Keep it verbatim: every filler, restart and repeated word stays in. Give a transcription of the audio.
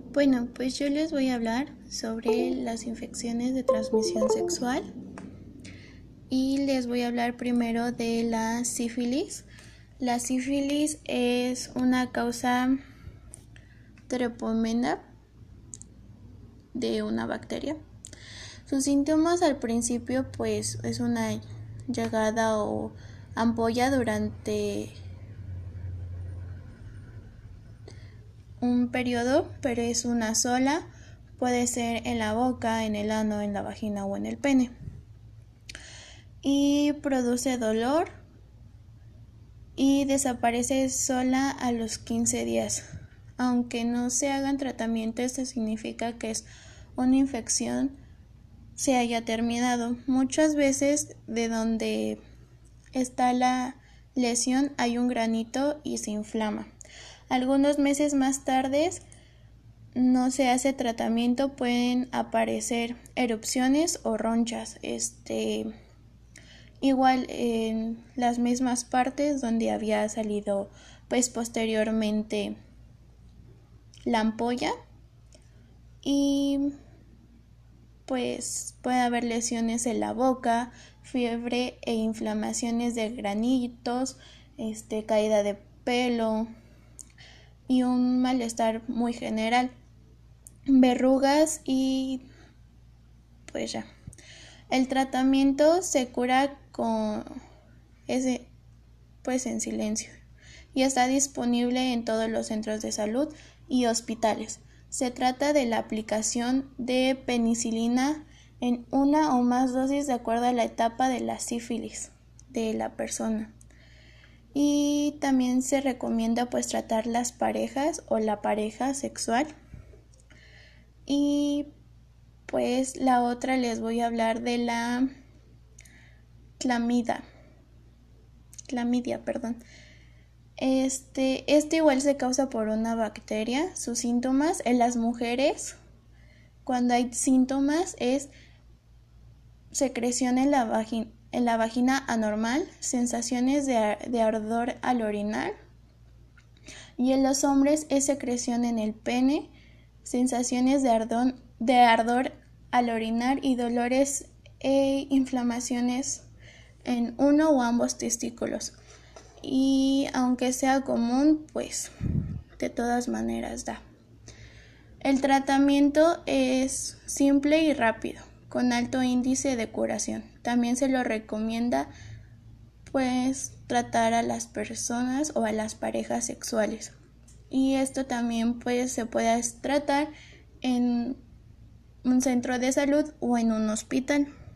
Bueno, pues yo les voy a hablar sobre las infecciones de transmisión sexual y les voy a hablar primero de la sífilis. La sífilis es una causa trepómena de una bacteria. Sus síntomas al principio pues es una llegada o ampolla durante un periodo, pero es una sola, puede ser en la boca, en el ano, en la vagina o en el pene. Y produce dolor y desaparece sola a los quince días. Aunque no se hagan tratamientos, esto significa que es una infección se haya terminado. Muchas veces de donde está la lesión hay un granito y se inflama. Algunos meses más tarde no se hace tratamiento, pueden aparecer erupciones o ronchas, este, igual en las mismas partes donde había salido pues posteriormente la ampolla, y pues puede haber lesiones en la boca, fiebre e inflamaciones de granitos, este, caída de pelo y un malestar muy general, verrugas y pues ya. El tratamiento se cura con ese pues en silencio y está disponible en todos los centros de salud y hospitales. Se trata de la aplicación de penicilina en una o más dosis de acuerdo a la etapa de la sífilis de la persona. Y también se recomienda pues tratar las parejas o la pareja sexual. Y pues la otra les voy a hablar de la clamidia. Clamidia, perdón. Este, este igual se causa por una bacteria. Sus síntomas en las mujeres, cuando hay síntomas, es secreción en la vagina, en la vagina anormal, sensaciones de, de ardor al orinar, y en los hombres es secreción en el pene, sensaciones de ardor, de ardor al orinar y dolores e inflamaciones en uno o ambos testículos. Y aunque sea común, pues de todas maneras da. El tratamiento es simple y rápido, con alto índice de curación. También se lo recomienda pues tratar a las personas o a las parejas sexuales. Y esto también pues se puede tratar en un centro de salud o en un hospital.